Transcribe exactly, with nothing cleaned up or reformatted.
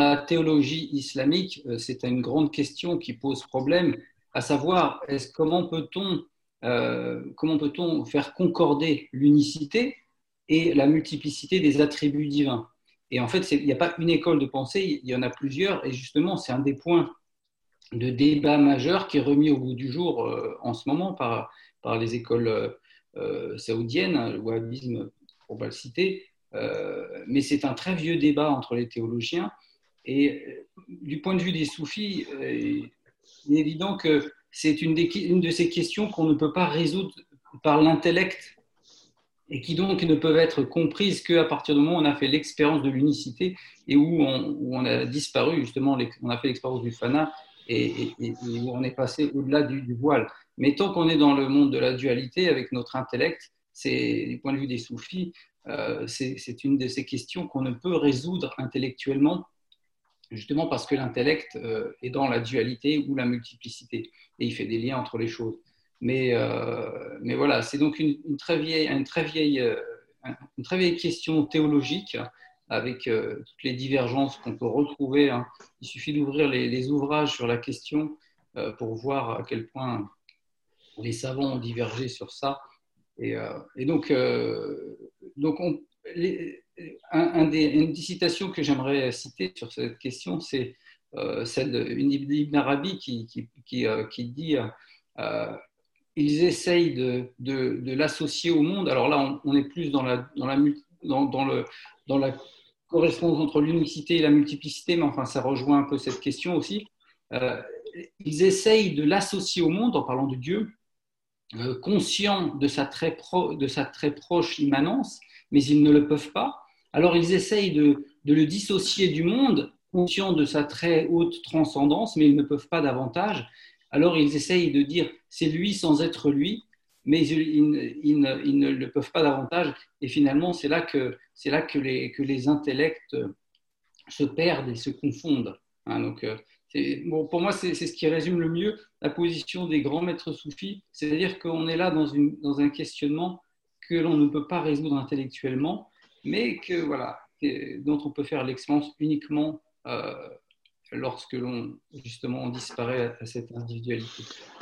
la théologie islamique, euh, c'est une grande question qui pose problème, à savoir est-ce, comment peut-on euh, comment peut-on faire concorder l'unicité et la multiplicité des attributs divins. Et en fait, il n'y a pas une école de pensée, il y en a plusieurs, et justement, c'est un des points de débat majeur qui est remis au goût du jour euh, en ce moment par, par les écoles euh, saoudiennes, le wahhabisme pour ne pas le citer, euh, mais c'est un très vieux débat entre les théologiens. Et euh, du point de vue des soufis, euh, il est évident que c'est une, des, une de ces questions qu'on ne peut pas résoudre par l'intellect et qui donc ne peuvent être comprises qu'à partir du moment où on a fait l'expérience de l'unicité et où on, où on a disparu, justement, on a fait l'expérience du fana et, et, et où on est passé au-delà du, du voile. Mais tant qu'on est dans le monde de la dualité avec notre intellect, c'est, du point de vue des soufis, euh, c'est, c'est une de ces questions qu'on ne peut résoudre intellectuellement, justement parce que l'intellect euh, est dans la dualité ou la multiplicité et il fait des liens entre les choses. Mais, euh, mais voilà, c'est donc une, une, très vieille, une, très vieille, euh, une très vieille question théologique avec euh, toutes les divergences qu'on peut retrouver. Hein. Il suffit d'ouvrir les, les ouvrages sur la question euh, pour voir à quel point les savants ont divergé sur ça. Et, euh, et donc, euh, donc on, les, un, un des, une des citations que j'aimerais citer sur cette question, c'est euh, celle d'Ibn Arabi qui, qui, qui, euh, qui dit euh, ils essayent de, de, de l'associer au monde. Alors là, on, on est plus dans la, dans, la, dans, dans, le, dans la correspondance entre l'unicité et la multiplicité, mais enfin, ça rejoint un peu cette question aussi. Euh, ils essayent de l'associer au monde en parlant de Dieu, euh, conscients de sa, très pro, de sa très proche immanence, mais ils ne le peuvent pas. Alors ils essayent de, de le dissocier du monde, conscients de sa très haute transcendance, mais ils ne peuvent pas davantage. Alors ils essayent de dire c'est lui sans être lui, mais ils, ils, ils, ne, ils ne le peuvent pas davantage. Et finalement, c'est là que, c'est là que, les, que les intellects se perdent et se confondent. Hein, donc, euh, c'est, bon, pour moi, c'est, c'est ce qui résume le mieux la position des grands maîtres soufis, c'est-à-dire qu'on est là dans, une, dans un questionnement que l'on ne peut pas résoudre intellectuellement, mais que, voilà, que, dont on peut faire l'expérience uniquement euh, lorsque l'on, justement, on disparaît à cette individualité.